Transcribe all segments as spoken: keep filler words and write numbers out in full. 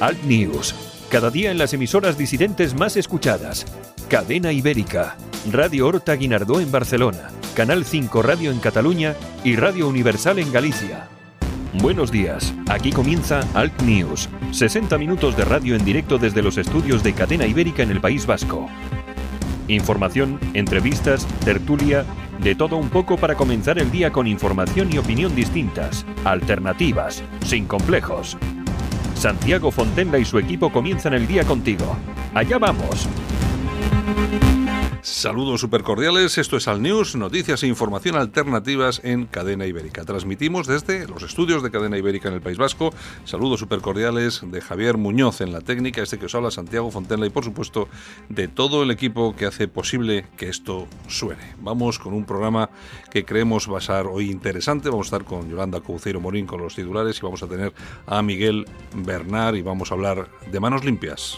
Alt News, cada día en las emisoras disidentes más escuchadas. Cadena Ibérica, Radio Horta Guinardó en Barcelona, Canal cinco Radio en Cataluña y Radio Universal en Galicia. Buenos días, aquí comienza Alt News, sesenta minutos de radio en directo desde los estudios de Cadena Ibérica en el País Vasco. Información, entrevistas, tertulia, de todo un poco para comenzar el día con información y opinión distintas, alternativas, sin complejos. Santiago Fontenla y su equipo comienzan el día contigo. ¡Allá vamos! Saludos supercordiales, esto es Alt News, noticias e información alternativas en Cadena Ibérica. Transmitimos desde los estudios de Cadena Ibérica en el País Vasco. Saludos supercordiales de Javier Muñoz en la técnica, este que os habla Santiago Fontenla y por supuesto de todo el equipo que hace posible que esto suene. Vamos con un programa que creemos va a ser hoy interesante. Vamos a estar con Yolanda Couceiro Morín con los titulares y vamos a tener a Miguel Bernard y vamos a hablar de manos limpias.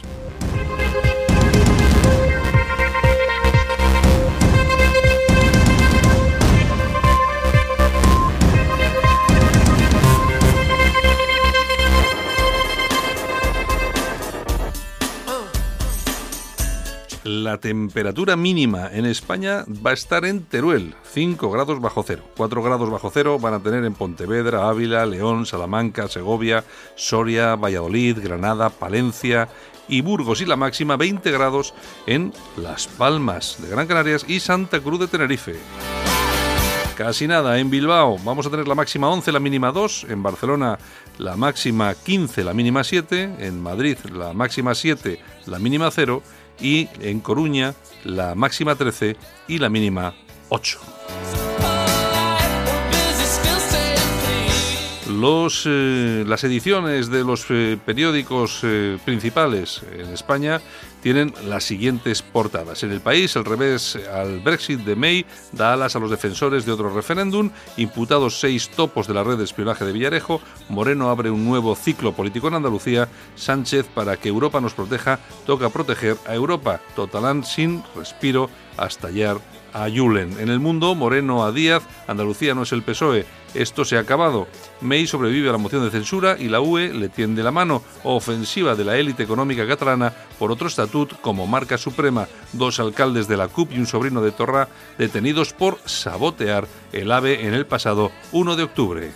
La temperatura mínima en España va a estar en Teruel, cinco grados bajo cero. cuatro grados bajo cero van a tener en Pontevedra, Ávila, León, Salamanca, Segovia, Soria, Valladolid, Granada, Palencia y Burgos. Y la máxima veinte grados en Las Palmas de Gran Canarias y Santa Cruz de Tenerife. Casi nada en Bilbao, vamos a tener la máxima once, la mínima dos, en Barcelona la máxima quince, la mínima siete, en Madrid la máxima siete, la mínima cero y en Coruña la máxima trece y la mínima ocho. Los, eh, las ediciones de los eh, periódicos eh, principales en España tienen las siguientes portadas. En El País, el revés al Brexit de May da alas a los defensores de otro referéndum. Imputados seis topos de la red de espionaje de Villarejo. Moreno abre un nuevo ciclo político en Andalucía. Sánchez, para que Europa nos proteja, toca proteger a Europa. Totalán sin respiro hasta hallar a Julen. En El Mundo, Moreno a Díaz, Andalucía no es el P S O E, esto se ha acabado. May sobrevive a la moción de censura y la U E le tiende la mano. Ofensiva de la élite económica catalana por otro estatut como marca suprema. Dos alcaldes de la C U P y un sobrino de Torra detenidos por sabotear el AVE en el pasado uno de octubre.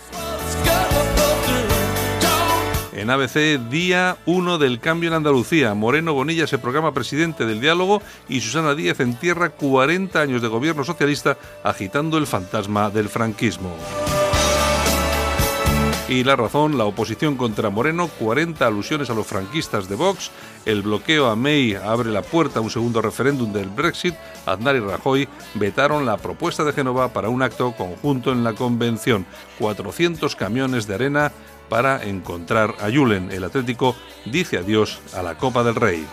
En A B C, día uno del cambio en Andalucía. Moreno Bonilla se proclama presidente del diálogo y Susana Díaz entierra cuarenta años de gobierno socialista agitando el fantasma del franquismo. Y La Razón, la oposición contra Moreno, cuarenta alusiones a los franquistas de Vox, el bloqueo a May abre la puerta a un segundo referéndum del Brexit, Aznar y Rajoy vetaron la propuesta de Génova para un acto conjunto en la convención, cuatrocientos camiones de arena para encontrar a Julen. El Atlético dice adiós a la Copa del Rey.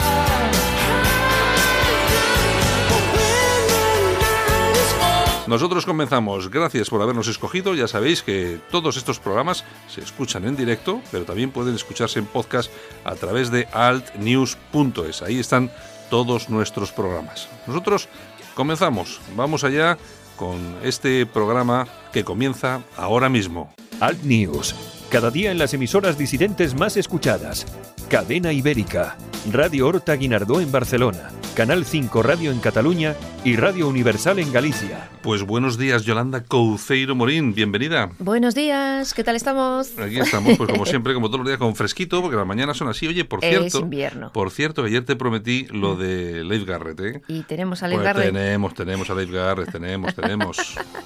Nosotros comenzamos. Gracias por habernos escogido. Ya sabéis que todos estos programas se escuchan en directo, pero también pueden escucharse en podcast a través de alt news punto es. Ahí están todos nuestros programas. Nosotros comenzamos. Vamos allá con este programa que comienza ahora mismo. Alt News, cada día en las emisoras disidentes más escuchadas. Cadena Ibérica, Radio Horta Guinardó en Barcelona, Canal cinco Radio en Cataluña y Radio Universal en Galicia. Pues buenos días, Yolanda Couceiro Morín, bienvenida. Buenos días, ¿qué tal estamos? Aquí estamos, pues como siempre, como todos los días, con fresquito, porque las mañanas son así. Oye, por cierto, es invierno. Por cierto, que ayer te prometí lo de Leif Garrett, ¿eh? Y tenemos a Leif pues Garrett. Tenemos, tenemos a Leif Garrett, tenemos, tenemos.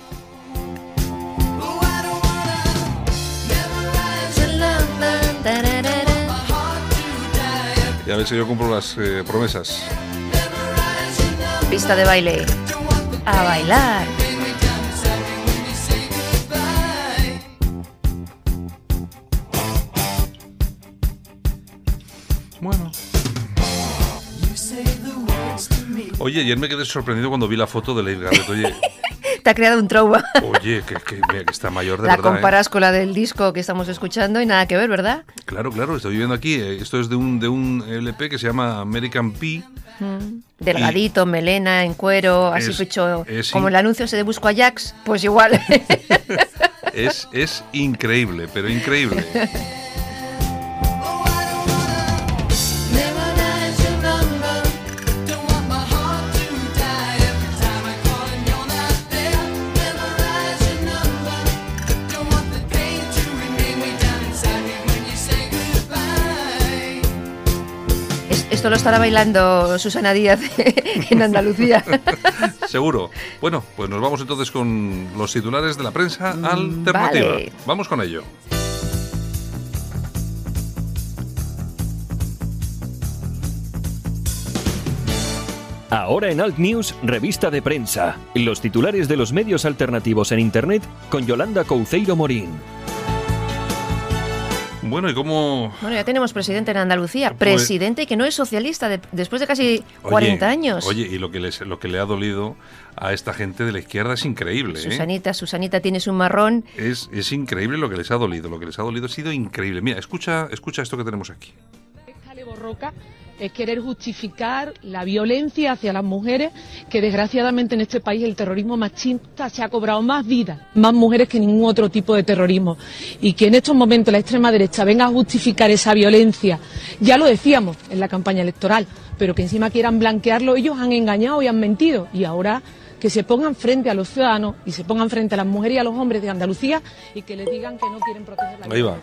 Ya ves que yo cumplo las eh, promesas. Pista de baile. A bailar. Bueno. Oye, ayer me quedé sorprendido cuando vi la foto de Leif Garrett. Oye, Te ha creado un trauma. oye, que, que, mira, que está mayor de La verdad. comparas ¿eh? con la del disco que estamos escuchando y nada que ver, ¿verdad? Claro, claro, estoy viendo aquí. eh, Esto es de un, de un L P que se llama American Pie. Mm. Delgadito, melena, en cuero, así Es- pecho. es Como in- el anuncio ese de Busco a Jax, pues igual. Es, es increíble, pero increíble. Esto lo estará bailando Susana Díaz en Andalucía. Seguro. Bueno, pues nos vamos entonces con los titulares de la prensa alternativa. Vale. Vamos con ello. Ahora en Alt News, revista de prensa. Los titulares de los medios alternativos en Internet con Yolanda Couceiro Morín. Bueno, ¿y cómo...? Bueno, ya tenemos presidente en Andalucía. Pues, presidente que no es socialista de, después de casi cuarenta oye, años. Oye, y lo que, les, lo que le ha dolido a esta gente de la izquierda es increíble, ¿eh? Susanita, Susanita, tienes un marrón. Es, es increíble lo que les ha dolido. Lo que les ha dolido ha sido increíble. Mira, escucha, escucha esto que tenemos aquí. Cale Borroca es querer justificar la violencia hacia las mujeres, que desgraciadamente en este país el terrorismo machista se ha cobrado más vidas, más mujeres que ningún otro tipo de terrorismo, y que en estos momentos la extrema derecha venga a justificar esa violencia, ya lo decíamos en la campaña electoral, pero que encima quieran blanquearlo, ellos han engañado y han mentido, y ahora que se pongan frente a los ciudadanos y se pongan frente a las mujeres y a los hombres de Andalucía y que les digan que no quieren proteger la vida. Ahí va.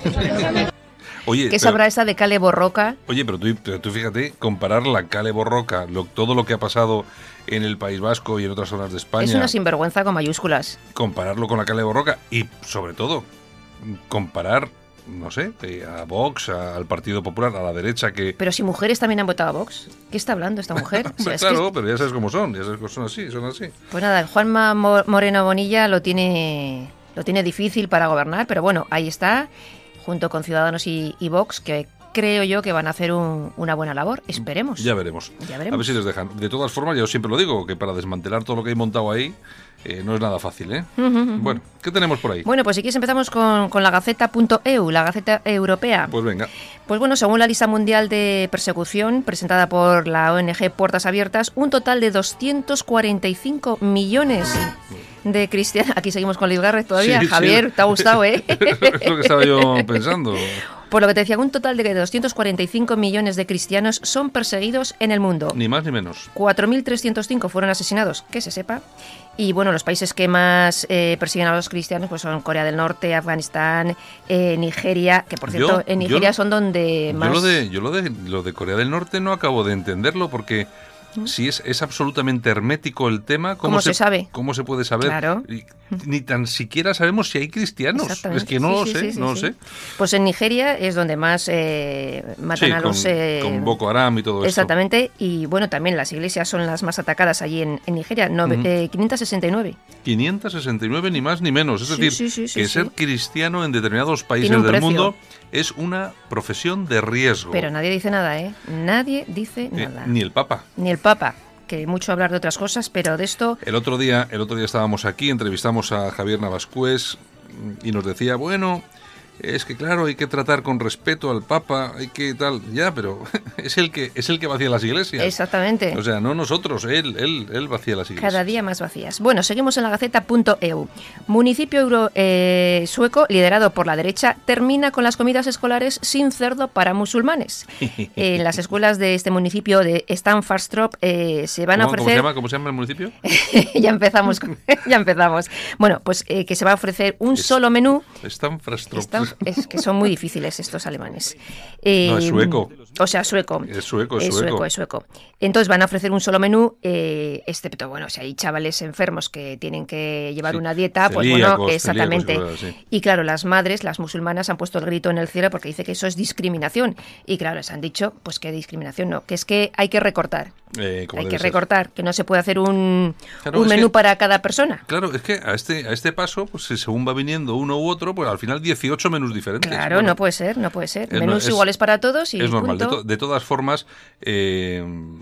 Oye, ¿Qué pero, sabrá esa de Cale Borroca? Oye, pero tú, pero tú fíjate, comparar la Cale Borroca, lo, todo lo que ha pasado en el País Vasco y en otras zonas de España. Es una sinvergüenza con mayúsculas. Compararlo con la Cale Borroca y, sobre todo, comparar, no sé, eh, a Vox, a, al Partido Popular, a la derecha que... Pero si mujeres también han votado a Vox. ¿Qué está hablando esta mujer? O sea, es claro, que... pero ya sabes cómo son, ya sabes que son así, son así. Pues nada, el Juanma Moreno Bonilla lo tiene, lo tiene difícil para gobernar, pero bueno, ahí está, junto con Ciudadanos y, y Vox, que creo yo que van a hacer un, una buena labor. Esperemos. Ya veremos. Ya veremos. A ver si les dejan. De todas formas, yo siempre lo digo, que para desmantelar todo lo que hay montado ahí, eh, no es nada fácil, ¿eh? Uh -huh, uh -huh. Bueno, ¿qué tenemos por ahí? Bueno, pues si quieres empezamos con, con la Gaceta punto e u, la Gaceta Europea. Pues venga. Pues bueno, según la lista mundial de persecución presentada por la O N G Puertas Abiertas, un total de doscientos cuarenta y cinco millones de cristianos. Aquí seguimos con Luis Garrett todavía. Sí, Javier, sí. ¿te ha gustado, eh? Es lo que estaba yo pensando. Por lo que te decía, un total de doscientos cuarenta y cinco millones de cristianos son perseguidos en el mundo. Ni más ni menos. cuatro mil trescientos cinco fueron asesinados, que se sepa. Y bueno, los países que más eh, persiguen a los cristianos pues son Corea del Norte, Afganistán, eh, Nigeria, que por cierto, Yo- en Nigeria yo- son donde Yo más... lo de, yo lo de lo de Corea del Norte no acabo de entenderlo porque si es, es absolutamente hermético el tema, ¿cómo, ¿Cómo se sabe? ¿Cómo se puede saber? Claro. Y ni tan siquiera sabemos si hay cristianos. Exactamente. Es que no Sí, lo sí, sé, sí, sí, no lo sí. sé. Pues en Nigeria es donde más eh, matan Sí, a con, los... eh, con Boko Haram y todo esto. Exactamente, y bueno, también las iglesias son las más atacadas allí en, en Nigeria, no, Ujú. eh, quinientos sesenta y nueve. quinientos sesenta y nueve ni más ni menos. Es Sí, decir, sí, sí, sí, que sí. ser cristiano en determinados países Tiene un del precio. mundo es una profesión de riesgo. Pero nadie dice nada, ¿eh? Nadie dice Eh, nada. ni el Papa. Ni el Papa, que mucho hablar de otras cosas, pero de esto... El otro día, el otro día estábamos aquí, entrevistamos a Javier Navascués y nos decía, bueno, es que claro, hay que tratar con respeto al Papa, hay que tal, ya, pero es el que es el que vacía las iglesias. Exactamente. O sea, no nosotros, él, él, él vacía las iglesias. Cada día más vacías. Bueno, seguimos en la Gaceta punto e u. Municipio euro, eh, sueco, liderado por la derecha, termina con las comidas escolares sin cerdo para musulmanes. En las escuelas de este municipio de Stanfarstrop eh, se van a ¿Cómo, cómo se ofrecer... llama, ¿Cómo se llama el municipio? ya empezamos. con- ya empezamos. Bueno, pues eh, que se va a ofrecer un Es- solo menú. Stanfarstrop. Están- es que son muy difíciles estos alemanes. Eh, No, es sueco. O sea, sueco. Es sueco, es es sueco. sueco, es sueco. Entonces van a ofrecer un solo menú, eh, excepto, bueno, si hay chavales enfermos que tienen que llevar Sí, una dieta, pues celíacos, bueno, exactamente. celíacos y cosas así. Y claro, las madres, las musulmanas, han puesto el grito en el cielo porque dice que eso es discriminación. Y claro, les han dicho, pues que discriminación no, que es que hay que recortar. Eh, como Hay debe que ser. recortar, que no se puede hacer un, Claro, un es menú que- para cada persona. Claro, es que a este, a este paso, pues si según va viniendo uno u otro, pues al final dieciocho menús diferentes. Claro, Bueno, no puede ser, no puede ser. es no- Menús es- iguales para todos y es normal. De, punto. to- de todas formas, eh,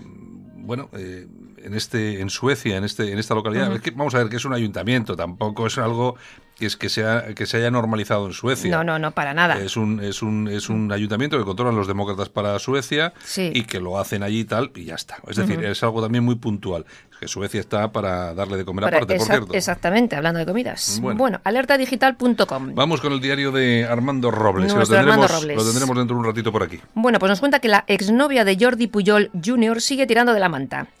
bueno, eh, en este, en Suecia, en este, en esta localidad, Ujú. es que, vamos a ver que es un ayuntamiento, tampoco es algo que es que sea, que se haya normalizado en Suecia. No, no, no, para nada. Es un, es un, es un ayuntamiento que controlan los demócratas para Suecia Sí. y que lo hacen allí y tal, y ya está. Es decir, Ujú. es algo también muy puntual. Es que Suecia está para darle de comer Para- aparte, por exact- cierto. Exactamente, hablando de comidas. Bueno. Bueno, alerta digital punto com. Vamos con el diario de Armando Robles, que lo Nuestro tendremos, Armando Robles. lo tendremos dentro de un ratito por aquí. Bueno, pues nos cuenta que la exnovia de Jordi Pujol junior sigue tirando de la manta.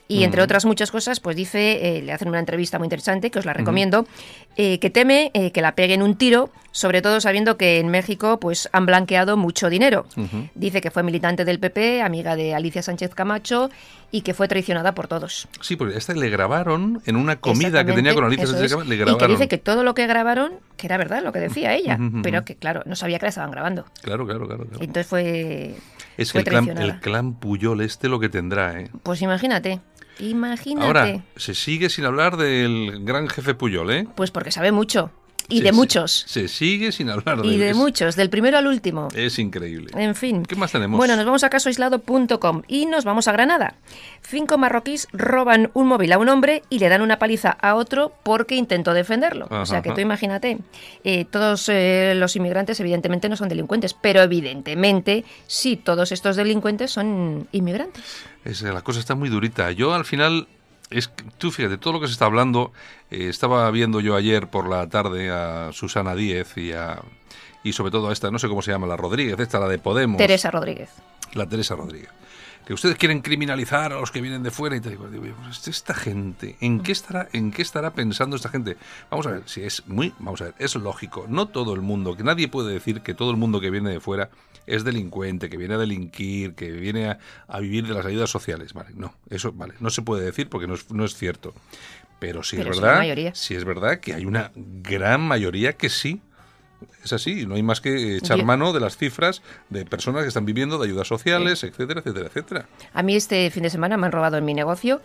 Y entre Mm. otras muchas cosas, pues dice, eh, le hacen una entrevista muy interesante, que os la recomiendo, eh, que teme eh, que la peguen un tiro, sobre todo sabiendo que en México pues han blanqueado mucho dinero. Ujú. Dice que fue militante del P P, amiga de Alicia Sánchez Camacho, y que fue traicionada por todos. Sí, porque esta le grabaron en una comida que Exactamente, tenía con Alicia eso Sánchez es. Camacho, le Y grabaron. que dice que todo lo que grabaron, que era verdad lo que decía ella, Ujú, ujú. pero que claro, no sabía que la estaban grabando. Claro, claro, claro. claro. Entonces fue, Es que fue el clan, traicionada. el clan Puyol este lo que tendrá, ¿eh? Pues imagínate, imagínate. Ahora, se sigue sin hablar del gran jefe Puyol, ¿eh? Pues porque sabe mucho. Y Se- de se- muchos. Se sigue sin hablar de Y él. de Es- muchos, del primero al último. Es increíble. En fin. ¿Qué más tenemos? Bueno, nos vamos a casoaislado punto com y nos vamos a Granada. Cinco marroquíes roban un móvil a un hombre y le dan una paliza a otro porque intentó defenderlo. Ajá, o sea que ajá. tú imagínate, eh, todos eh, los inmigrantes evidentemente no son delincuentes, pero evidentemente sí, todos estos delincuentes son inmigrantes. Es, la cosa está muy durita. Yo al final, es que- tú fíjate, todo lo que se está hablando, eh, estaba viendo yo ayer por la tarde a Susana Díez y a y sobre todo a esta, no sé cómo se llama, la Rodríguez, esta la de Podemos. Teresa Rodríguez. La Teresa Rodríguez. Que ustedes quieren criminalizar a los que vienen de fuera y te digo, digo, pues esta gente, ¿en qué estará, en qué estará pensando esta gente? Vamos a ver, si es muy, vamos a ver, es lógico, no todo el mundo, que nadie puede decir que todo el mundo que viene de fuera es delincuente, que viene a delinquir, que viene a, a vivir de las ayudas sociales, vale, no, eso vale, no se puede decir porque no es, no es cierto. Pero sí Pero es es la verdad, mayoría. sí es verdad que hay una gran mayoría que sí. Es así, no hay más que echar Yo- mano de las cifras de personas que están viviendo de ayudas sociales, etcétera, etcétera, etcétera. A mí este fin de semana me han robado en mi negocio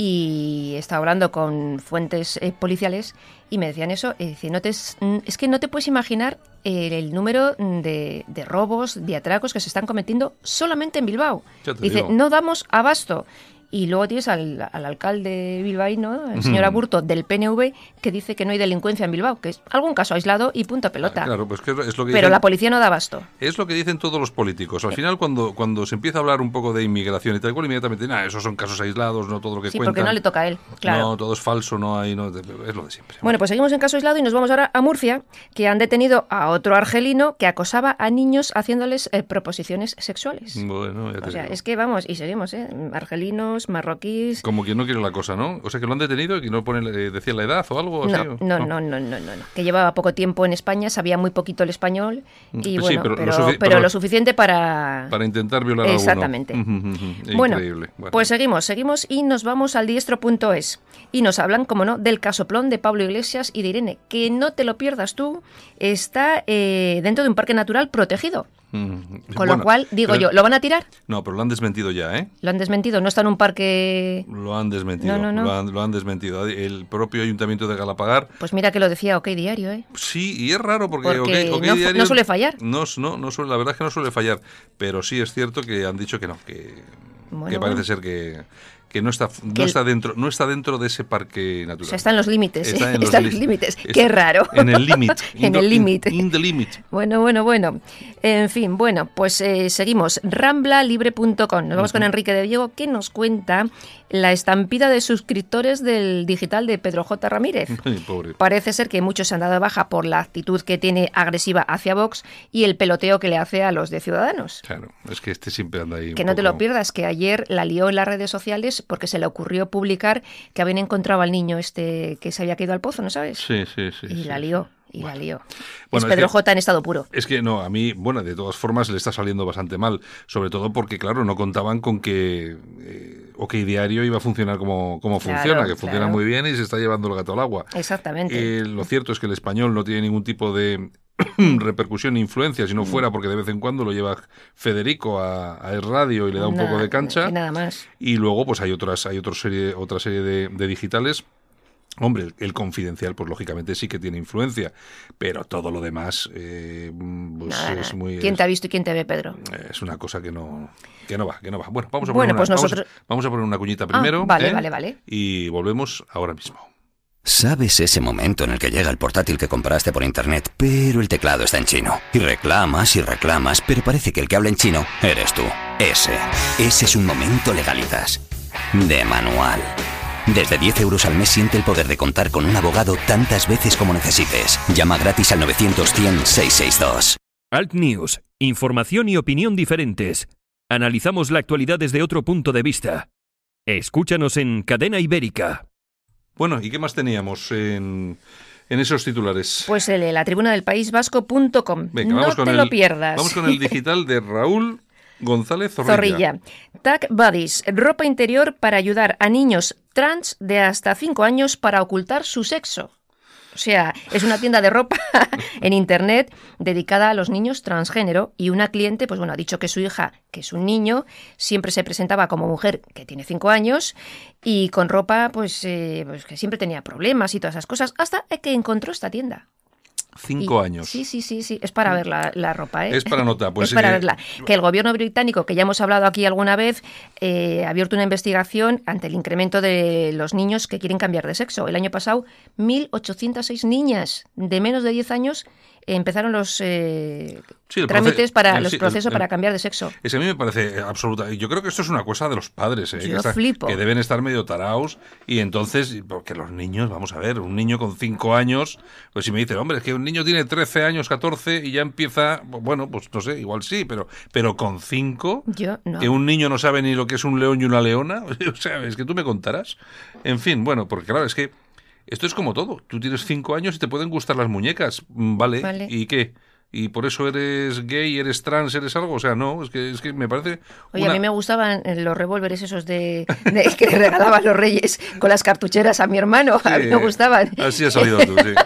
y he estado hablando con fuentes eh, policiales y me decían eso. Y dice, no te, es es que no te puedes imaginar eh, el número de, de robos, de atracos que se están cometiendo solamente en Bilbao. Ya te Dice, digo. no damos abasto. Y luego tienes al, al alcalde bilbaíno, el señor Ujú. Aburto, del P N V, que dice que no hay delincuencia en Bilbao, que es algún caso aislado y punto pelota. Claro, pues que es lo que Pero dicen, la policía no da abasto. es lo que dicen todos los políticos. Al final, cuando, cuando se empieza a hablar un poco de inmigración y tal cual, inmediatamente, nah, esos son casos aislados, no todo lo que Sí, cuentan. porque no le toca a él, claro. No, todo es falso, no hay, no, es lo de siempre. Bueno, pues seguimos en caso aislado y nos vamos ahora a Murcia, que han detenido a otro argelino que acosaba a niños haciéndoles eh, proposiciones sexuales. Bueno, ya te O sea, digo. es que vamos, y seguimos, ¿eh? Argelinos, marroquíes... Como quien no quiere la cosa, ¿no? O sea, que lo han detenido y que no pone, eh, decía la edad o algo así. No, ¿o? no, no, no, no, no, no. Que llevaba poco tiempo en España, sabía muy poquito el español y Sí, bueno, pero pero, lo sufi- pero pero- lo suficiente para... Para intentar violar a Exactamente. alguno. Bueno, Increíble. Bueno. pues seguimos, seguimos y nos vamos al diestro punto es. Y nos hablan, como no, del casoplón de Pablo Iglesias y de Irene. Que no te lo pierdas tú, está eh, dentro de un parque natural protegido. Mm, Con bueno, lo cual, digo pero- yo, ¿lo van a tirar? No, pero lo han desmentido ya, ¿eh? Lo han desmentido, no está en un parque... Lo han desmentido. No, no, no. Lo, han, lo han desmentido. El propio Ayuntamiento de Galapagar. Pues mira que lo decía OK Diario, ¿eh? Sí, y es raro porque, Porque OK- OK no fu- Diario no suele fallar. No, no, no suele, la verdad es que no suele fallar. Pero sí es cierto que han dicho que no, que, Bueno, que parece bueno. ser que, que no está, no Que el- está dentro, no está dentro de ese parque natural. O sea, está en los límites, ¿eh? Está en Está en los los li- límites. está Qué raro. En el límite. En In the- el in- límite. In the limit. Bueno, bueno, bueno. En fin, bueno, pues eh, seguimos. rambla libre punto com. Nos vamos con Enrique de Diego, que nos cuenta la estampida de suscriptores del digital de Pedro J. Ramírez. Ay, pobre. Parece ser que muchos se han dado de baja por la actitud que tiene agresiva hacia Vox y el peloteo que le hace a los de Ciudadanos. Claro, es que este siempre anda ahí. un Que no te poco- lo pierdas, que ayer la lió en las redes sociales porque se le ocurrió publicar que habían encontrado al niño este que se había caído al pozo, ¿no sabes? Sí, sí, sí. y sí, la sí. lió, y la lió. Bueno, es es Pedro que- J en estado puro. Es que no, a mí, bueno, de todas formas le está saliendo bastante mal, sobre todo porque, claro, no contaban con que eh, OK Diario iba a funcionar como, como Claro, funciona, que funciona claro. muy bien y se está llevando el gato al agua. Exactamente. Eh, lo cierto es que el español no tiene ningún tipo de repercusión ni influencia, si no fuera porque de vez en cuando lo lleva Federico a, a Es Radio y le da un Nada, poco de cancha. y nada más. Y luego pues hay otras, hay otra serie, otra serie de, de digitales. Hombre, el, el Confidencial, pues lógicamente sí que tiene influencia, pero todo lo demás, eh, pues Nada, es nada. muy. ¿Quién te ha visto y quién te ve, Pedro? Es una cosa que no, que no va, que no va. Bueno, vamos a Bueno, poner, pues una, vamos- nosotros- vamos, a poner una cuñita Ah, primero. vale, ¿eh? vale, vale. Y volvemos ahora mismo. ¿Sabes ese momento en el que llega el portátil que compraste por internet, pero el teclado está en chino? Y reclamas y reclamas, pero parece que el que habla en chino eres tú. Ese. Ese es un momento Legalitas. De manual. Desde diez euros al mes siente el poder de contar con un abogado tantas veces como necesites. Llama gratis al novecientos cien seiscientos sesenta y dos. Alt News. Información y opinión diferentes. Analizamos la actualidad desde otro punto de vista. Escúchanos en Cadena Ibérica. Bueno, ¿y qué más teníamos en, en esos titulares? Pues el, la tribuna del país vasco punto com. Venga, no vamos con te el, lo pierdas. Vamos con el digital de Raúl González Zorrilla. Zorrilla. Tag Buddies, ropa interior para ayudar a niños trans de hasta cinco años para ocultar su sexo. O sea, es una tienda de ropa en internet dedicada a los niños transgénero, y una cliente, pues bueno, ha dicho que su hija, que es un niño, siempre se presentaba como mujer que tiene cinco años y con ropa pues, eh, pues que siempre tenía problemas y todas esas cosas, hasta que encontró esta tienda. Cinco Y, años. Sí, sí, sí, sí. Es para ver la, la ropa, ¿eh? Es para nota. Pues, es para eh, verla. Que el gobierno británico, que ya hemos hablado aquí alguna vez, eh, ha abierto una investigación ante el incremento de los niños que quieren cambiar de sexo. El año pasado, mil ochocientas seis niñas de menos de diez años eh, empezaron los eh, sí, trámites para el, los sí, procesos el, el, para cambiar de sexo. Es que a mí me parece absoluta. Yo creo que esto es una cosa de los padres, ¿eh? Yo que, está, flipo. que deben estar medio taraos, y entonces, porque los niños, vamos a ver, un niño con cinco años, pues si me dicen, hombre, es que un niño tiene trece años, catorce, y ya empieza, bueno, pues no sé, igual sí, pero pero con cinco, Yo no. que un niño no sabe ni lo que es un león y una leona, o sea, es que tú me contarás. En fin, bueno, porque claro, es que esto es como todo. Tú tienes cinco años y te pueden gustar las muñecas, ¿vale? Vale. ¿Y qué? ¿Y por eso eres gay, eres trans, eres algo? O sea, no, es que, es que me parece... Oye, una... a mí me gustaban los revólveres esos de, de que le regalaban los reyes con las cartucheras a mi hermano. Sí, a mí me gustaban. Así has salido tú, sí.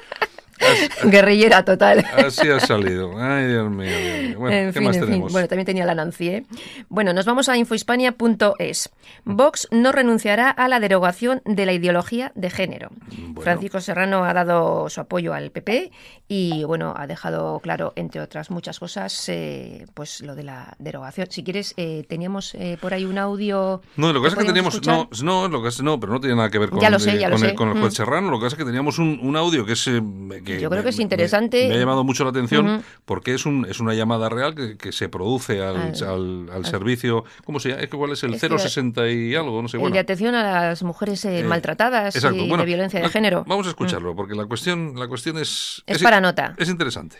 As... Guerrillera total. Así has salido. Ay, Dios mío. Dios mío. Bueno, en ¿qué fin, más en tenemos? Fin. Bueno, también tenía la Nancy, ¿eh? Bueno, nos vamos a infohispania punto es. Vox no renunciará a la derogación de la ideología de género. Bueno. Francisco Serrano ha dado su apoyo al P P y, bueno, ha dejado claro, entre otras muchas cosas, eh, pues lo de la derogación. Si quieres, eh, teníamos eh, por ahí un audio... No, lo que pasa es que teníamos... Escuchar. No, no, lo que es, no, pero no tiene nada que ver con, ya lo sé, ya eh, lo con, sé. el, con el juez mm. Serrano. Lo que pasa es que teníamos un, un audio que es... Eh, que Yo creo que me, es interesante. Me, me ha llamado mucho la atención uh-huh. porque es un es una llamada real que, que se produce al, al, al, al, al servicio... ¿Cómo se llama? Es que ¿cuál es el cero sesenta y algo? No sé. El Bueno. de atención a las mujeres eh, eh, maltratadas exacto. y Bueno, de violencia de la, género. Vamos a escucharlo, porque la cuestión la cuestión es... Es, es para nota. Es interesante.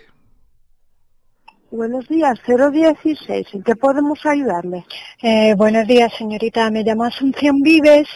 Buenos días, cero dieciséis, ¿en qué podemos ayudarle? Eh, buenos días, señorita, me llamo Asunción Vives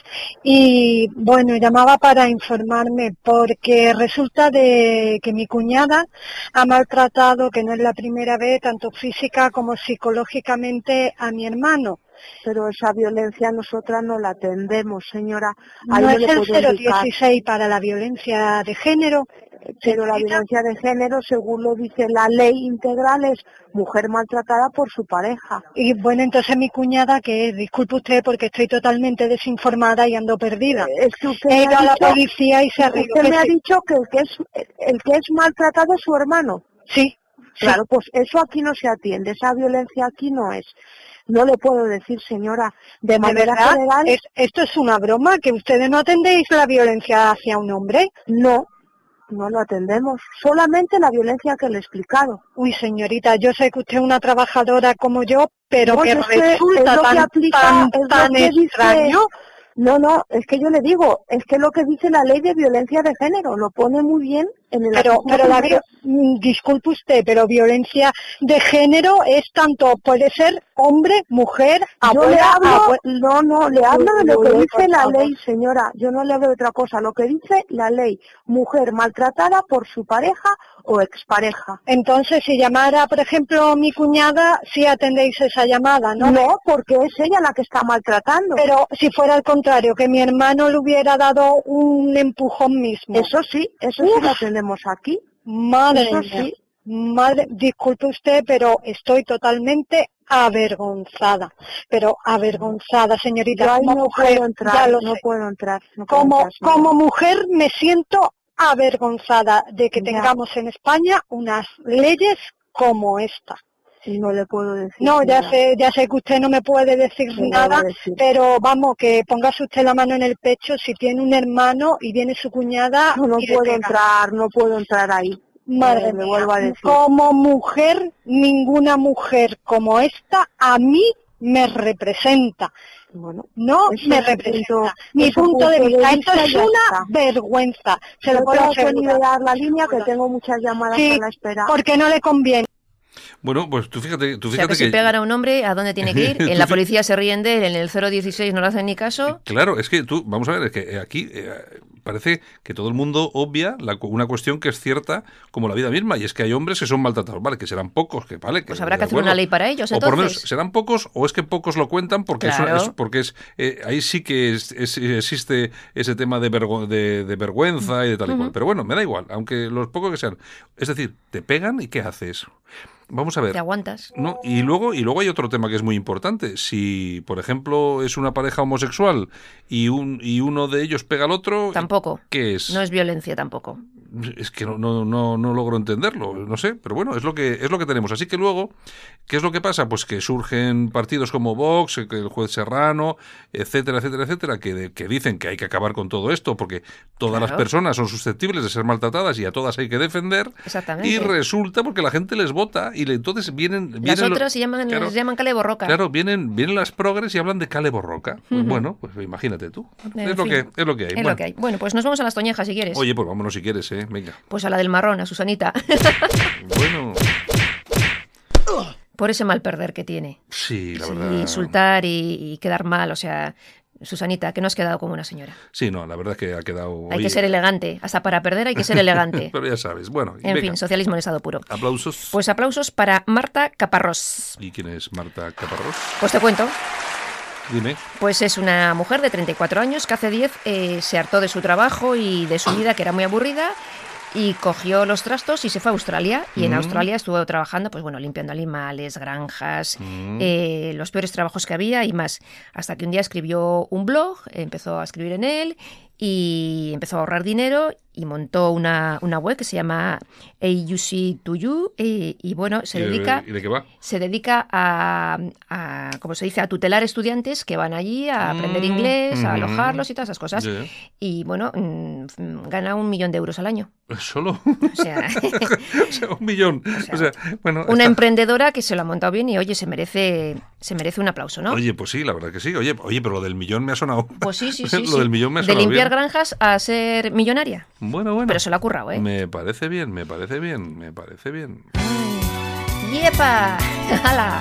y, bueno, llamaba para informarme porque resulta de que mi cuñada ha maltratado, que no es la primera vez, tanto física como psicológicamente a mi hermano. Pero esa violencia nosotras no la atendemos, señora. Ahí no, no es el cero dieciséis para la violencia de género. Pero la violencia de género, según lo dice la ley integral, es mujer maltratada por su pareja. Y bueno, entonces mi cuñada, que disculpe usted porque estoy totalmente desinformada y ando perdida. Es que usted he ido a la dicho, policía y se arregló. Usted me ha sí. dicho que el que es el que es maltratado es su hermano. Sí. Claro, sí. pues eso aquí no se atiende, esa violencia aquí no es. No le puedo decir, señora, de, ¿De manera verdad? general... ¿Es, ¿Esto es una broma? ¿Que ustedes no atendéis la violencia hacia un hombre? No. No lo atendemos, solamente la violencia que le he explicado. Uy, señorita, yo sé que usted es una trabajadora como yo, pero no, que es resulta que tan, aplica, tan, tan dice, extraño. No, no, es que yo le digo, es que lo que dice la ley de violencia de género, lo pone muy bien en el Pero, pero la disculpe usted, pero violencia de género es tanto, puede ser hombre, mujer, abuela, yo le hablo, abue no, no, le hablo de lo que yo, dice la favor. ley, señora, yo no le hablo de otra cosa, lo que dice la ley, mujer maltratada por su pareja o expareja. Entonces, si llamara, por ejemplo, mi cuñada, sí atendéis esa llamada, ¿no? No, porque es ella la que está maltratando. Pero si fuera al contrario, que mi hermano le hubiera dado un empujón mismo. Eso sí, eso Uf. sí lo tenemos aquí. Madre eso mía. sí. Madre, disculpe usted, pero estoy totalmente avergonzada, pero avergonzada, señorita. Yo ahí como no mujer, puedo entrar, no sé. puedo entrar. No puedo como, entrar, como mujer me siento avergonzada de que ya. tengamos en España unas leyes como esta. Sí, no le puedo decir No, ya nada. sé, ya sé que usted no me puede decir no nada, decir. pero vamos, que póngase usted la mano en el pecho si tiene un hermano y viene su cuñada. No, no y puedo pega. entrar, no puedo entrar ahí. Madre eh, me mía, vuelvo a decir. como mujer, ninguna mujer como esta a mí me representa. Bueno, no me representa. Mi punto de vista, esto es una vergüenza. Se lo puedo asegurar. asegurar. Dar la línea que tengo muchas llamadas sí, a la espera. Porque no le conviene. Bueno, pues tú fíjate, tú O sea, fíjate que, que... si pegan a un hombre, ¿a dónde tiene que ir? En la Tú fí- policía se ríen de él, en el cero dieciséis no le hacen ni caso. Claro, es que tú, vamos a ver, es que aquí eh, parece que todo el mundo obvia la, cu- una cuestión que es cierta como la vida misma, y es que hay hombres que son maltratados, vale, que serán pocos, que vale, que Pues habrá de que hacer acuerdo. una ley para ellos, O por lo menos entonces. serán pocos, o es que pocos lo cuentan porque Claro. es, es- porque es eh, ahí sí que es- es- existe ese tema de, vergo- de, de vergüenza y de tal y cual. Pero bueno, me da igual, aunque los pocos que sean. Es decir, te pegan y ¿qué haces? Vamos a ver. Te aguantas. No, y luego y luego hay otro tema que es muy importante. Si, por ejemplo, es una pareja homosexual y un y uno de ellos pega al otro, Tampoco. ¿qué es? No es violencia tampoco. Es que no, no, no, no logro entenderlo, no sé, pero bueno, es lo que es lo que tenemos. Así que luego, ¿qué es lo que pasa? Pues que surgen partidos como Vox, que el juez Serrano, etcétera, etcétera, etcétera, que, de- que dicen que hay que acabar con todo esto porque todas Claro. las personas son susceptibles de ser maltratadas y a todas hay que defender. Exactamente. Y resulta porque la gente les vota y le, entonces vienen, Las vienen otras los- se llaman, claro, les llaman cale borroca. Claro, vienen, vienen las progres y hablan de cale borroca. Pues bueno, pues imagínate tú. En es, lo fin, que, es lo que hay. Es Bueno. lo que hay. Bueno, pues nos vamos a las toñejas si quieres. Oye, pues vámonos si quieres, ¿eh? Venga. Pues a la del marrón, a Susanita. Bueno, Por ese mal perder que tiene. sí, la Sí, verdad. insultar y, y quedar mal, o sea, Susanita, que no has quedado como una señora. Sí, no, la verdad es que ha quedado... Hay oye, que ser elegante, hasta para perder hay que ser elegante. Pero ya sabes, bueno, En venga, fin, socialismo en estado puro. aplausos. Pues aplausos para Marta Caparrós. ¿Y quién es Marta Caparrós? Pues te cuento. Dime. Pues es una mujer de treinta y cuatro años que hace diez eh, se hartó de su trabajo y de su vida, que era muy aburrida, y cogió los trastos y se fue a Australia. Y en Mm. Australia estuvo trabajando, pues bueno, limpiando animales, granjas, Mm. eh, los peores trabajos que había y más. Hasta que un día escribió un blog, empezó a escribir en él y empezó a ahorrar dinero y montó una, una web que se llama A U C to You y, y bueno, se ¿Y de- dedica... ¿Y de qué va? Se dedica a, a, como se dice, a tutelar estudiantes que van allí a aprender Mm, inglés, a ujú. alojarlos y todas esas cosas. Ya, ya. Y bueno, mm, gana un millón de euros al año. ¿Solo? O sea, O sea, un millón. O sea, bueno... una está- emprendedora que se lo ha montado bien y oye, se merece, se merece un aplauso, ¿no? Oye, pues sí, la verdad que sí. Oye, oye, pero lo del millón me ha sonado. Pues sí, sí, sí. Lo sí. del millón me ha De sonado limpiar bien. granjas a ser millonaria. Bueno, bueno. Pero se lo ha currado, ¿eh? Me parece bien, me parece bien, me parece bien. ¡Yepa! ¡Hala!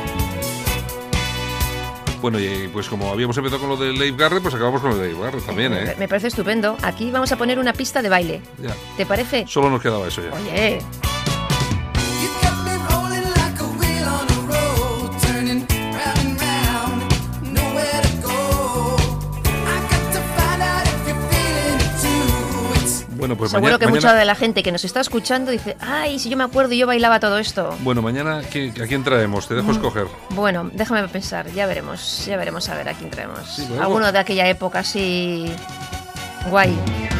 Bueno, y pues como habíamos empezado con lo de Leif Garrett, pues acabamos con lo de Leif Garrett también, Me- ¿eh? Me parece estupendo. Aquí vamos a poner una pista de baile. Ya. ¿Te parece? Solo nos quedaba eso ya. Oye, You got me rolling like a wheel on a road, turning round and round, nowhere to go. I got to find out if you're feeling it too. It's Bueno, pues seguro mañana, que mucha mañana- de la gente que nos está escuchando dice, ay, si yo me acuerdo y yo bailaba todo esto. Bueno, mañana, ¿qui- ¿a quién traemos? Te dejo escoger. Bueno, déjame pensar, ya veremos, ya veremos a ver a quién traemos. Sí, luego. Alguno de aquella época así guay.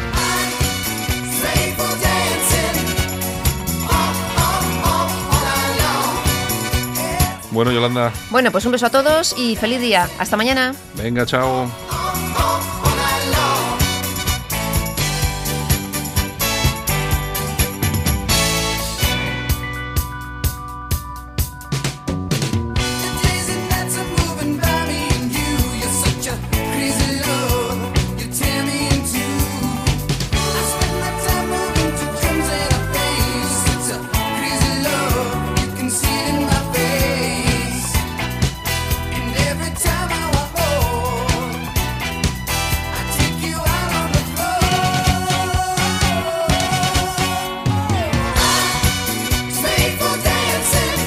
ready for dancing, all, all, all, all night long. Bueno, Yolanda, Bueno, pues un beso a todos y feliz día. Hasta mañana. venga, chao. The days and nights are moving by me and you. You're such a crazy love. You tear me in two. I spend my time moving to drums and a bass. It's a crazy love. You can see it in my face. And every time I walk home, I take you out on the floor. I'm made for dancing.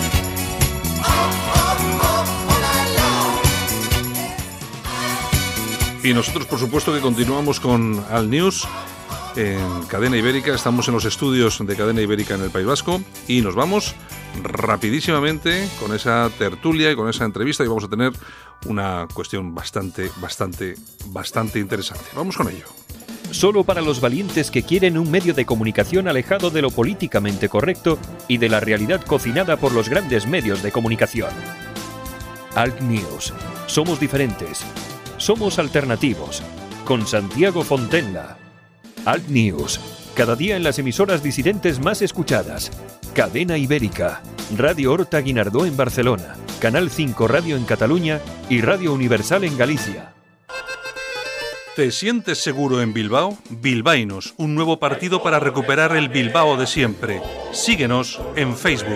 Y nosotros, por supuesto, que continuamos con Al News en Cadena Ibérica. Estamos en los estudios de Cadena Ibérica en el País Vasco y nos vamos rapidísimamente con esa tertulia y con esa entrevista y vamos a tener una cuestión bastante, bastante, bastante interesante. Vamos con ello. Solo para los valientes que quieren un medio de comunicación alejado de lo políticamente correcto y de la realidad cocinada por los grandes medios de comunicación. Alt News. Somos diferentes. Somos alternativos. Con Santiago Fontenla. Alt News. Cada día en las emisoras disidentes más escuchadas. Cadena Ibérica. Radio Horta Guinardó en Barcelona. Canal cinco Radio en Cataluña y Radio Universal en Galicia. ¿Te sientes seguro en Bilbao? Bilbaínos, un nuevo partido para recuperar el Bilbao de siempre. Síguenos en Facebook.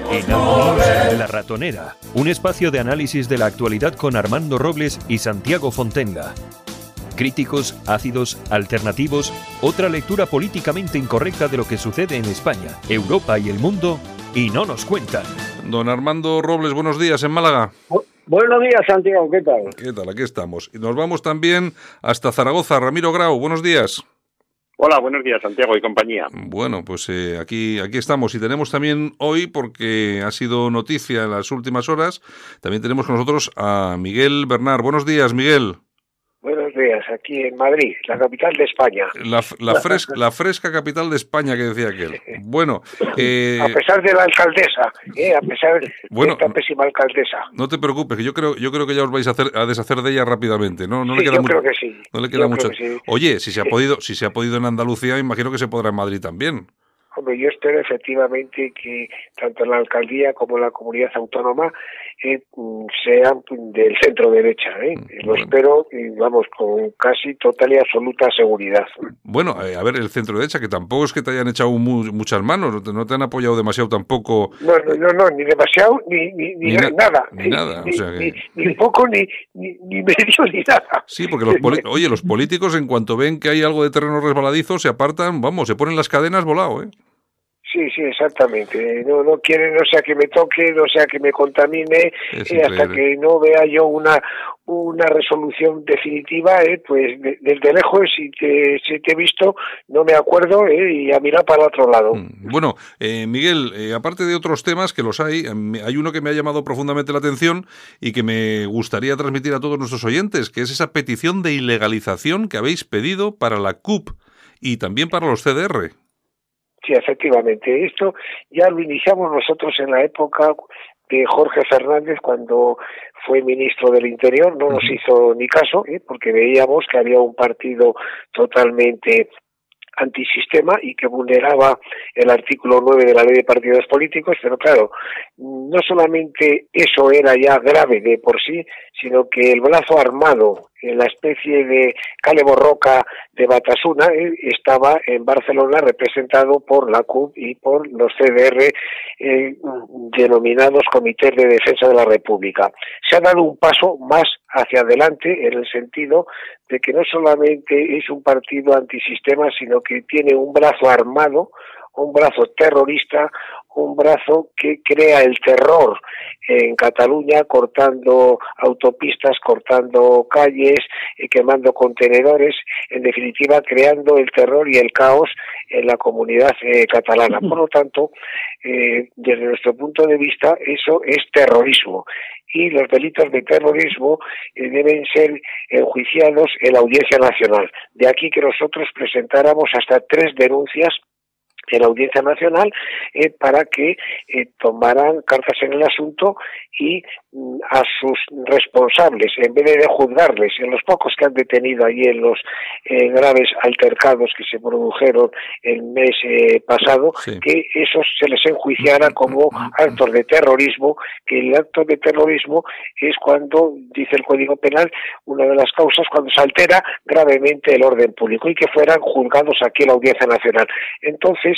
Inaudis, La Ratonera, un espacio de análisis de la actualidad con Armando Robles y Santiago Fontenga. Críticos, ácidos, alternativos, otra lectura políticamente incorrecta de lo que sucede en España, Europa y el mundo, y no nos cuentan. Don Armando Robles, buenos días en Málaga. Buenos días, Santiago, ¿qué tal? ¿Qué tal? Aquí estamos. Y nos vamos también hasta Zaragoza. Ramiro Grau, buenos días. Hola, buenos días, Santiago y compañía. Bueno, pues eh, aquí, aquí estamos y tenemos también hoy, porque ha sido noticia en las últimas horas, también tenemos con nosotros a Miguel Bernard. Buenos días, Miguel. Buenos días, aquí en Madrid, la capital de España. La, la, fresca, la fresca capital de España, que decía aquel. Bueno, eh, a pesar de la alcaldesa, eh, a pesar de bueno, esta pésima alcaldesa. No te preocupes, que yo creo, yo creo que ya os vais a, hacer, a deshacer de ella rápidamente. No, no sí, le queda yo mucho, creo que sí. No le queda yo mucho. Creo que sí. Oye, si se ha podido, si se ha podido en Andalucía, imagino que se podrá en Madrid también. Hombre, yo espero efectivamente que tanto la alcaldía como la comunidad autónoma eh, sean del centro derecha. ¿eh? Lo bueno. espero, vamos, con casi total y absoluta seguridad. Bueno, eh, a ver, el centro derecha, que tampoco es que te hayan echado mu muchas manos, no te, no te han apoyado demasiado tampoco. No, no, no, no ni demasiado, ni, ni, ni, ni na nada. Ni nada, ni, o sea que... ni, ni poco, ni, ni, ni medio, ni nada. Sí, porque los poli oye, los políticos, en cuanto ven que hay algo de terreno resbaladizo, se apartan, vamos, se ponen las cadenas volado, ¿eh? Sí, sí, exactamente. No, no quieren, no sea que me toque, no sea que me contamine, eh, hasta que no vea yo una una resolución definitiva, eh, pues de, desde lejos, si te, si te he visto, no me acuerdo, eh, y a mirar para otro lado. Bueno, eh, Miguel, eh, aparte de otros temas, que los hay, hay uno que me ha llamado profundamente la atención y que me gustaría transmitir a todos nuestros oyentes, que es esa petición de ilegalización que habéis pedido para la C U P y también para los C D R. Sí, efectivamente. Esto ya lo iniciamos nosotros en la época de Jorge Fernández, cuando fue ministro del Interior. No nos hizo ni caso, ¿eh? porque veíamos que había un partido totalmente antisistema y que vulneraba el artículo nueve de la Ley de Partidos Políticos, pero claro, no solamente eso era ya grave de por sí, sino que el brazo armado, en la especie de Cale Borroca de Batasuna, eh, estaba en Barcelona representado por la C U P y por los C D R, eh, denominados Comités de Defensa de la República. Se ha dado un paso más hacia adelante en el sentido de que no solamente es un partido antisistema, sino que tiene un brazo armado, un brazo terrorista, un brazo que crea el terror en Cataluña, cortando autopistas, cortando calles, eh, quemando contenedores, en definitiva creando el terror y el caos en la comunidad eh, catalana. Por lo tanto, eh, desde nuestro punto de vista, eso es terrorismo. Y los delitos de terrorismo eh, deben ser enjuiciados en la Audiencia Nacional. De aquí que nosotros presentáramos hasta tres denuncias en la Audiencia Nacional eh, para que eh, tomaran cartas en el asunto y mm, a sus responsables, en vez de juzgarles, en los pocos que han detenido allí en los eh, graves altercados que se produjeron el mes eh, pasado, sí. que esos se les enjuiciara como actos de terrorismo, que el acto de terrorismo es cuando, dice el Código Penal, una de las causas cuando se altera gravemente el orden público, y que fueran juzgados aquí en la Audiencia Nacional. Entonces,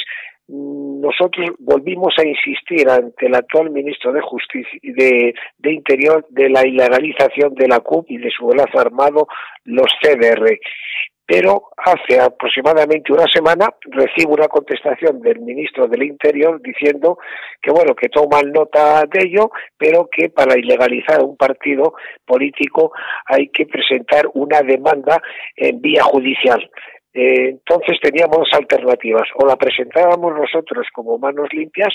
nosotros volvimos a insistir ante el actual ministro de Justicia de, de Interior de la ilegalización de la C U P y de su brazo armado, los C D R. Pero hace aproximadamente una semana recibo una contestación del ministro del Interior diciendo que bueno, que toman nota de ello, pero que para ilegalizar un partido político hay que presentar una demanda en vía judicial. Eh, entonces teníamos dos alternativas: o la presentábamos nosotros como manos limpias,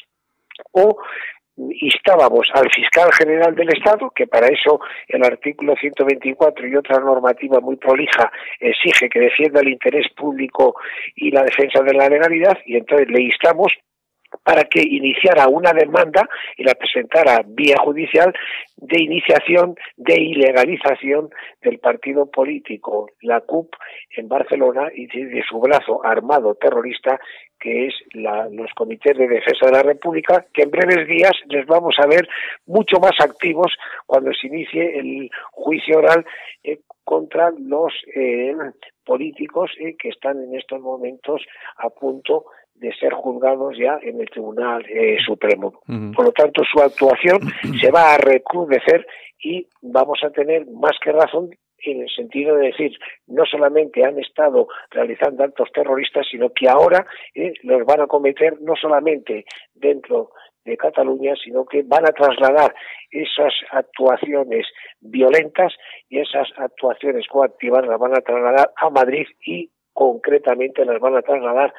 o instábamos al fiscal general del Estado, que para eso el artículo ciento veinticuatro y otra normativa muy prolija exige que defienda el interés público y la defensa de la legalidad, y entonces le instamos para que iniciara una demanda y la presentara vía judicial de iniciación de ilegalización del partido político, la C U P, en Barcelona, y de su brazo armado terrorista, que es la, los Comités de Defensa de la República, que en breves días les vamos a ver mucho más activos cuando se inicie el juicio oral eh, contra los eh, políticos eh, que están en estos momentos a punto de ser juzgados ya en el Tribunal eh, Supremo. Uh-huh. Por lo tanto, su actuación se va a recrudecer y vamos a tener más que razón en el sentido de decir, no solamente han estado realizando actos terroristas, sino que ahora eh, los van a cometer no solamente dentro de Cataluña, sino que van a trasladar esas actuaciones violentas y esas actuaciones coactivas las van a trasladar a Madrid y concretamente las van a trasladar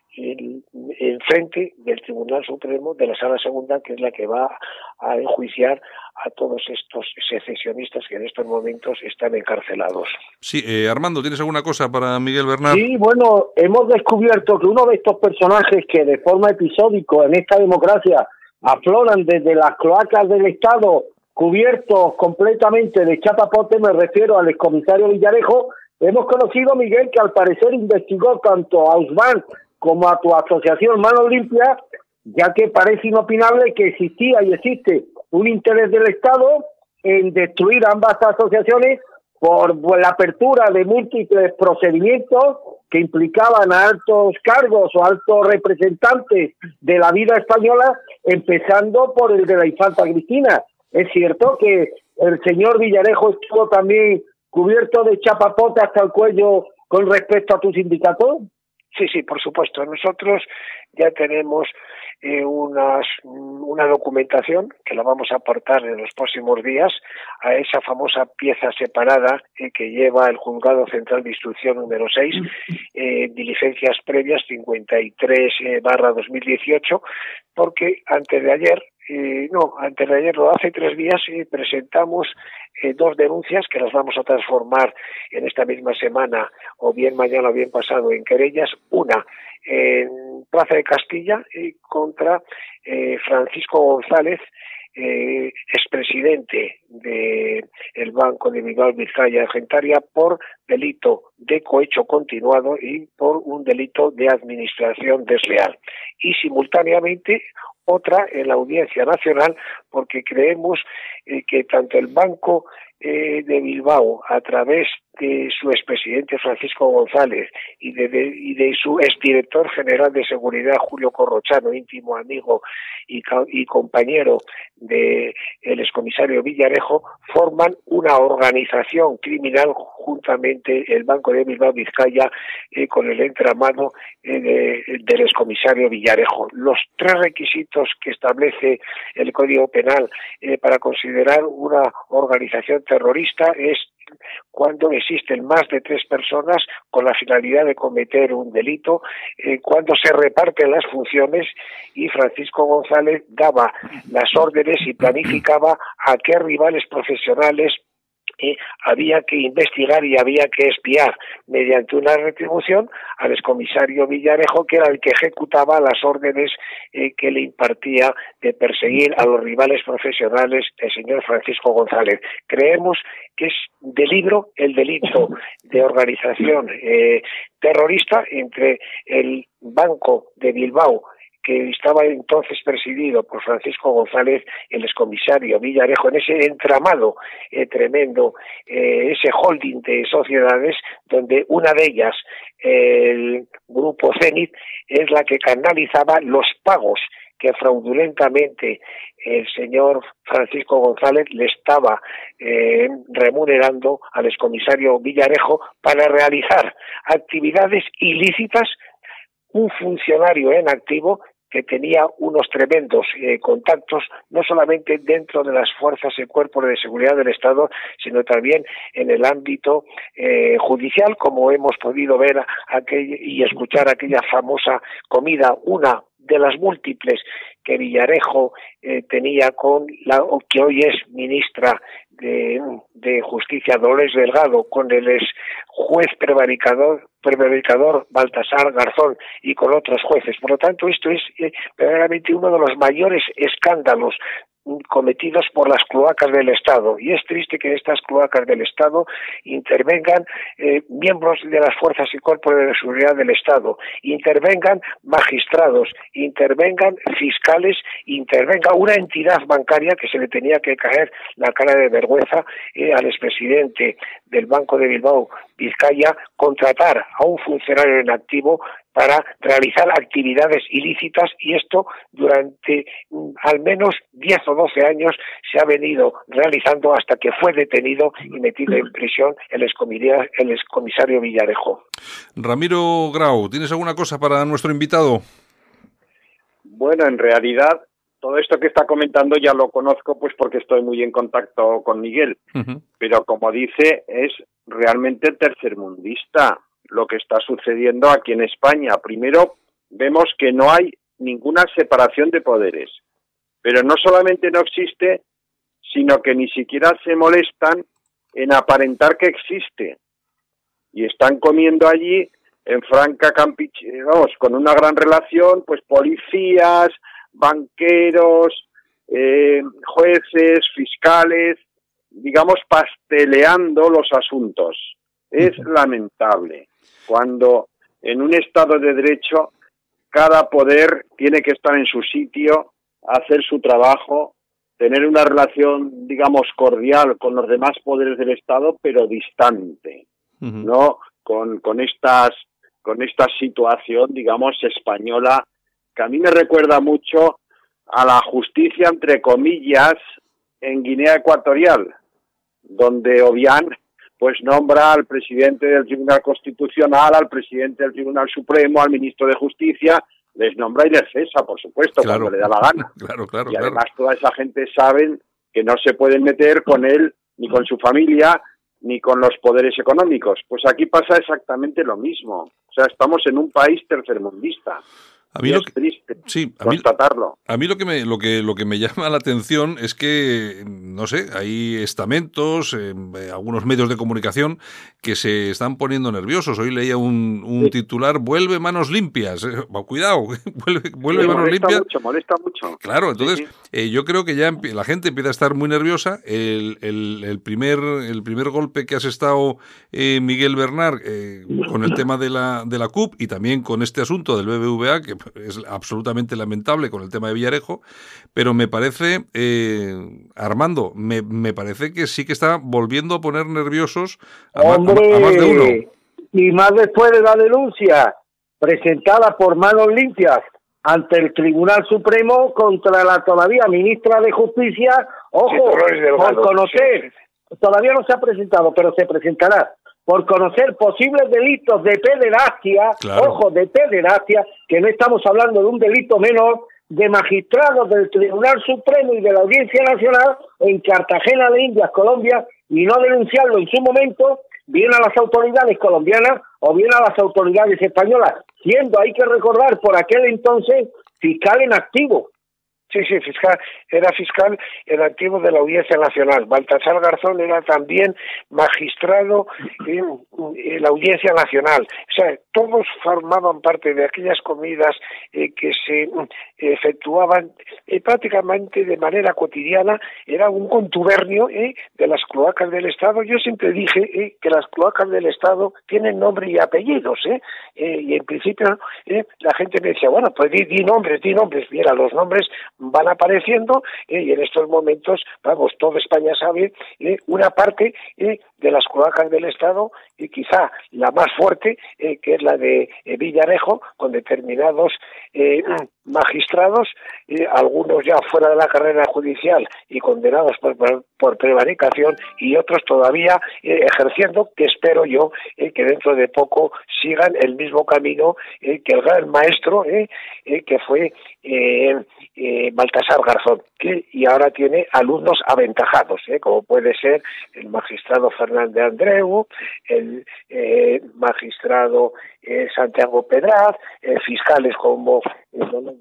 en, en frente del Tribunal Supremo de la Sala Segunda, que es la que va a enjuiciar a todos estos secesionistas que en estos momentos están encarcelados. Sí, eh, Armando, ¿tienes alguna cosa para Miguel Bernal? Sí, bueno, hemos descubierto que uno de estos personajes que de forma episódica en esta democracia afloran desde las cloacas del Estado, cubiertos completamente de chapapote, me refiero al excomisario Villarejo, hemos conocido, Miguel, que al parecer investigó tanto a Usman como a tu asociación Manos Limpias, ya que parece inopinable que existía y existe un interés del Estado en destruir ambas asociaciones por la apertura de múltiples procedimientos que implicaban a altos cargos o altos representantes de la vida española, empezando por el de la infanta Cristina. Es cierto que el señor Villarejo estuvo también cubierto de chapapote hasta el cuello con respecto a tu sindicato. Sí, sí, por supuesto. Nosotros ya tenemos eh, unas, una documentación que la vamos a aportar en los próximos días a esa famosa pieza separada eh, que lleva el Juzgado Central de Instrucción número seis, eh, diligencias previas cincuenta y tres barra dos mil dieciocho, porque antes de ayer, eh, no, antes de ayer, no, hace tres días eh, presentamos eh, dos denuncias que las vamos a transformar en esta misma semana, o bien mañana o bien pasado, en querellas. Una en Plaza de Castilla eh, contra eh, Francisco González, eh, expresidente del Banco de Bilbao Vizcaya Argentaria, por delito de cohecho continuado y por un delito de administración desleal. Y simultáneamente otra en la Audiencia Nacional, porque creemos eh, que tanto el Banco eh, de Bilbao, a través de su expresidente Francisco González y de, de, y de su exdirector general de Seguridad, Julio Corrochano, íntimo amigo y, y compañero del excomisario Villarejo, forman una organización criminal juntamente el Banco de Bilbao Vizcaya eh, con el entramado eh, de, del excomisario Villarejo. Los tres requisitos que establece el Código Penal eh, para considerar una organización terrorista es cuando existen más de tres personas con la finalidad de cometer un delito, eh, cuando se reparten las funciones, y Francisco González daba las órdenes y planificaba a qué rivales profesionales Eh, había que investigar y había que espiar mediante una retribución al excomisario Villarejo, que era el que ejecutaba las órdenes eh, que le impartía de perseguir a los rivales profesionales del señor Francisco González. Creemos que es de libro el delito de organización eh, terrorista entre el Banco de Bilbao, que estaba entonces presidido por Francisco González, el excomisario Villarejo, en ese entramado eh, tremendo, eh, ese holding de sociedades, donde una de ellas, eh, el grupo Zenit, es la que canalizaba los pagos que fraudulentamente el señor Francisco González le estaba eh, remunerando al excomisario Villarejo para realizar actividades ilícitas. Un funcionario en activo que tenía unos tremendos eh, contactos, no solamente dentro de las fuerzas y cuerpos de seguridad del Estado, sino también en el ámbito eh, judicial, como hemos podido ver aquel, y escuchar aquella famosa comida, una de las múltiples que Villarejo eh, tenía con la que hoy es ministra de, de Justicia, Dolores Delgado, con el ex juez prevaricador, prevaricador Baltasar Garzón y con otros jueces. Por lo tanto, esto es eh, verdaderamente uno de los mayores escándalos cometidos por las cloacas del Estado, y es triste que en estas cloacas del Estado intervengan eh, miembros de las fuerzas y cuerpos de seguridad del Estado, intervengan magistrados, intervengan fiscales, intervenga una entidad bancaria que se le tenía que caer la cara de vergüenza vergüenza eh, al expresidente del Banco de Bilbao, Vizcaya, contratar a un funcionario en activo para realizar actividades ilícitas, y esto durante mm, al menos diez o doce años se ha venido realizando hasta que fue detenido y metido en prisión el excomisario, el excomisario Villarejo. Ramiro Grau, ¿tienes alguna cosa para nuestro invitado? Bueno, en realidad, todo esto que está comentando ya lo conozco, pues porque estoy muy en contacto con Miguel. Uh-huh. Pero como dice, es realmente tercermundista lo que está sucediendo aquí en España. Primero, vemos que no hay ninguna separación de poderes. Pero no solamente no existe, sino que ni siquiera se molestan en aparentar que existe. Y están comiendo allí en franca campiche, vamos, con una gran relación, pues policías, banqueros, eh, jueces, fiscales, digamos, pasteleando los asuntos. Es lamentable cuando en un Estado de Derecho cada poder tiene que estar en su sitio, hacer su trabajo, tener una relación, digamos, cordial con los demás poderes del Estado, pero distante, uh-huh. ¿no? Con, con estas, con esta situación, digamos, española, que a mí me recuerda mucho a la justicia, entre comillas, en Guinea Ecuatorial, donde Obiang pues nombra al presidente del Tribunal Constitucional, al presidente del Tribunal Supremo, al ministro de Justicia, les nombra y les cesa, por supuesto, claro, cuando le da la gana. Claro, claro, y además claro. Toda esa gente saben que no se pueden meter con él, ni con su familia, ni con los poderes económicos. Pues aquí pasa exactamente lo mismo. O sea, estamos en un país tercermundista. A mí y lo es que, triste sí, a mí, constatarlo. A mí lo que me lo que lo que me llama la atención es que, no sé, hay estamentos, eh, algunos medios de comunicación que se están poniendo nerviosos. Hoy leía un, un sí. titular: vuelve manos limpias. Eh, cuidado, vuelve, vuelve sí, manos molesta limpias. Mucho, molesta mucho. Claro, entonces sí, sí. Eh, yo creo que ya la gente empieza a estar muy nerviosa. El, el, el primer el primer golpe que has estado, eh, Miguel Bernard, eh, con el tema de la de la C U P y también con este asunto del B B V A, que es absolutamente lamentable con el tema de Villarejo, pero me parece, eh, Armando, me, me parece que sí que está volviendo a poner nerviosos a, ¡Hombre! a, a más de uno. Y más después de la denuncia presentada por Manos Limpias ante el Tribunal Supremo contra la todavía ministra de Justicia, ojo, por conocer, todavía no se ha presentado, pero se presentará, por conocer posibles delitos de pederastia, claro. ojo, de pederastia, que no estamos hablando de un delito menor, de magistrados del Tribunal Supremo y de la Audiencia Nacional en Cartagena de Indias, Colombia, y no denunciarlo en su momento, bien a las autoridades colombianas o bien a las autoridades españolas, siendo, hay que recordar, por aquel entonces, fiscal en activo. Sí, sí, fiscal, era fiscal en activo de la Audiencia Nacional. Baltasar Garzón era también magistrado en, en la Audiencia Nacional. O sea, todos formaban parte de aquellas comidas eh, que se eh, efectuaban eh, prácticamente de manera cotidiana. Era un contubernio eh, de las cloacas del Estado. Yo siempre dije eh, que las cloacas del Estado tienen nombre y apellidos, eh, eh, y en principio eh, la gente me decía, bueno, pues di, di nombres, di nombres. Mira, los nombres van apareciendo eh, y en estos momentos, vamos, toda España sabe eh, una parte eh, de las cloacas del Estado, y quizá la más fuerte, eh, que es la de eh, Villarejo, con determinados eh, magistrados, eh, algunos ya fuera de la carrera judicial y condenados por, por, por prevaricación, y otros todavía eh, ejerciendo, que espero yo eh, que dentro de poco sigan el mismo camino eh, que el gran maestro eh, eh, que fue eh, eh, Baltasar Garzón, que y ahora tiene alumnos aventajados, eh, como puede ser el magistrado Fernández Andreu, el eh, magistrado eh, Santiago Pedraz, eh, fiscales como eh,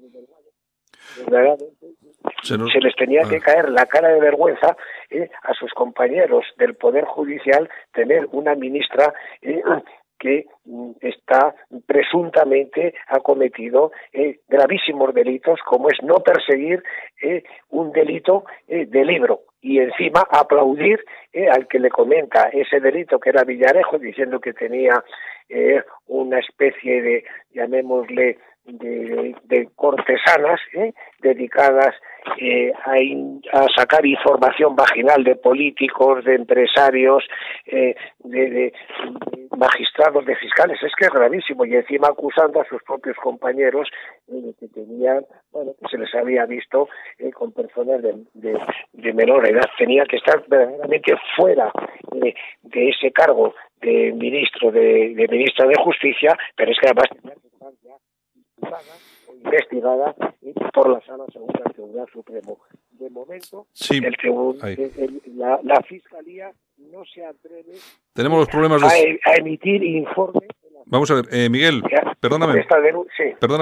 se, nos... se les tenía que caer la cara de vergüenza eh, a sus compañeros del Poder Judicial tener una ministra eh, que está presuntamente ha cometido eh, gravísimos delitos, como es no perseguir eh, un delito eh, de libro, y encima aplaudir eh, al que le comenta ese delito, que era Villarejo, diciendo que tenía eh, una especie de, llamémosle, de, de cortesanas eh, dedicadas eh, a, in, a sacar información vaginal de políticos, de empresarios, eh, de, de, de magistrados, de fiscales. Es que es gravísimo, y encima acusando a sus propios compañeros eh, que tenían, bueno, que se les había visto eh, con personas de, de, de menor edad. Tenía que estar verdaderamente fuera eh, de ese cargo de ministro de, de ministra de Justicia, pero es que además tenía que estar ya investigada o investigada eh, por la Sala Segunda del Tribunal Supremo. De momento, sí, el tribunal, el, el, la, la Fiscalía no se atreve Tenemos los problemas de... a, a emitir informes. Vamos a ver, eh, Miguel, perdóname. Esta denun- sí. Perdóname.